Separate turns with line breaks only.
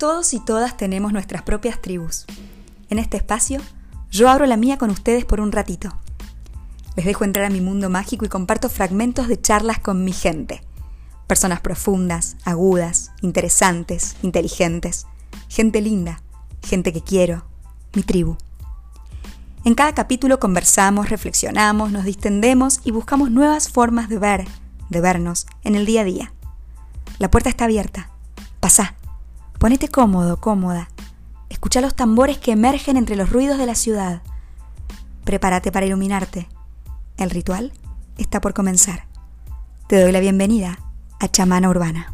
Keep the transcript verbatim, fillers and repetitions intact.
Todos y todas tenemos nuestras propias tribus. En este espacio, yo abro la mía con ustedes por un ratito. Les dejo entrar a mi mundo mágico y comparto fragmentos de charlas con mi gente. Personas profundas, agudas, interesantes, inteligentes. Gente linda, gente que quiero, mi tribu. En cada capítulo conversamos, reflexionamos, nos distendemos y buscamos nuevas formas de ver, de vernos en el día a día. La puerta está abierta. Pasá. Ponete cómodo, cómoda. Escucha los tambores que emergen entre los ruidos de la ciudad. Prepárate para iluminarte. El ritual está por comenzar. Te doy la bienvenida a Chamana Urbana.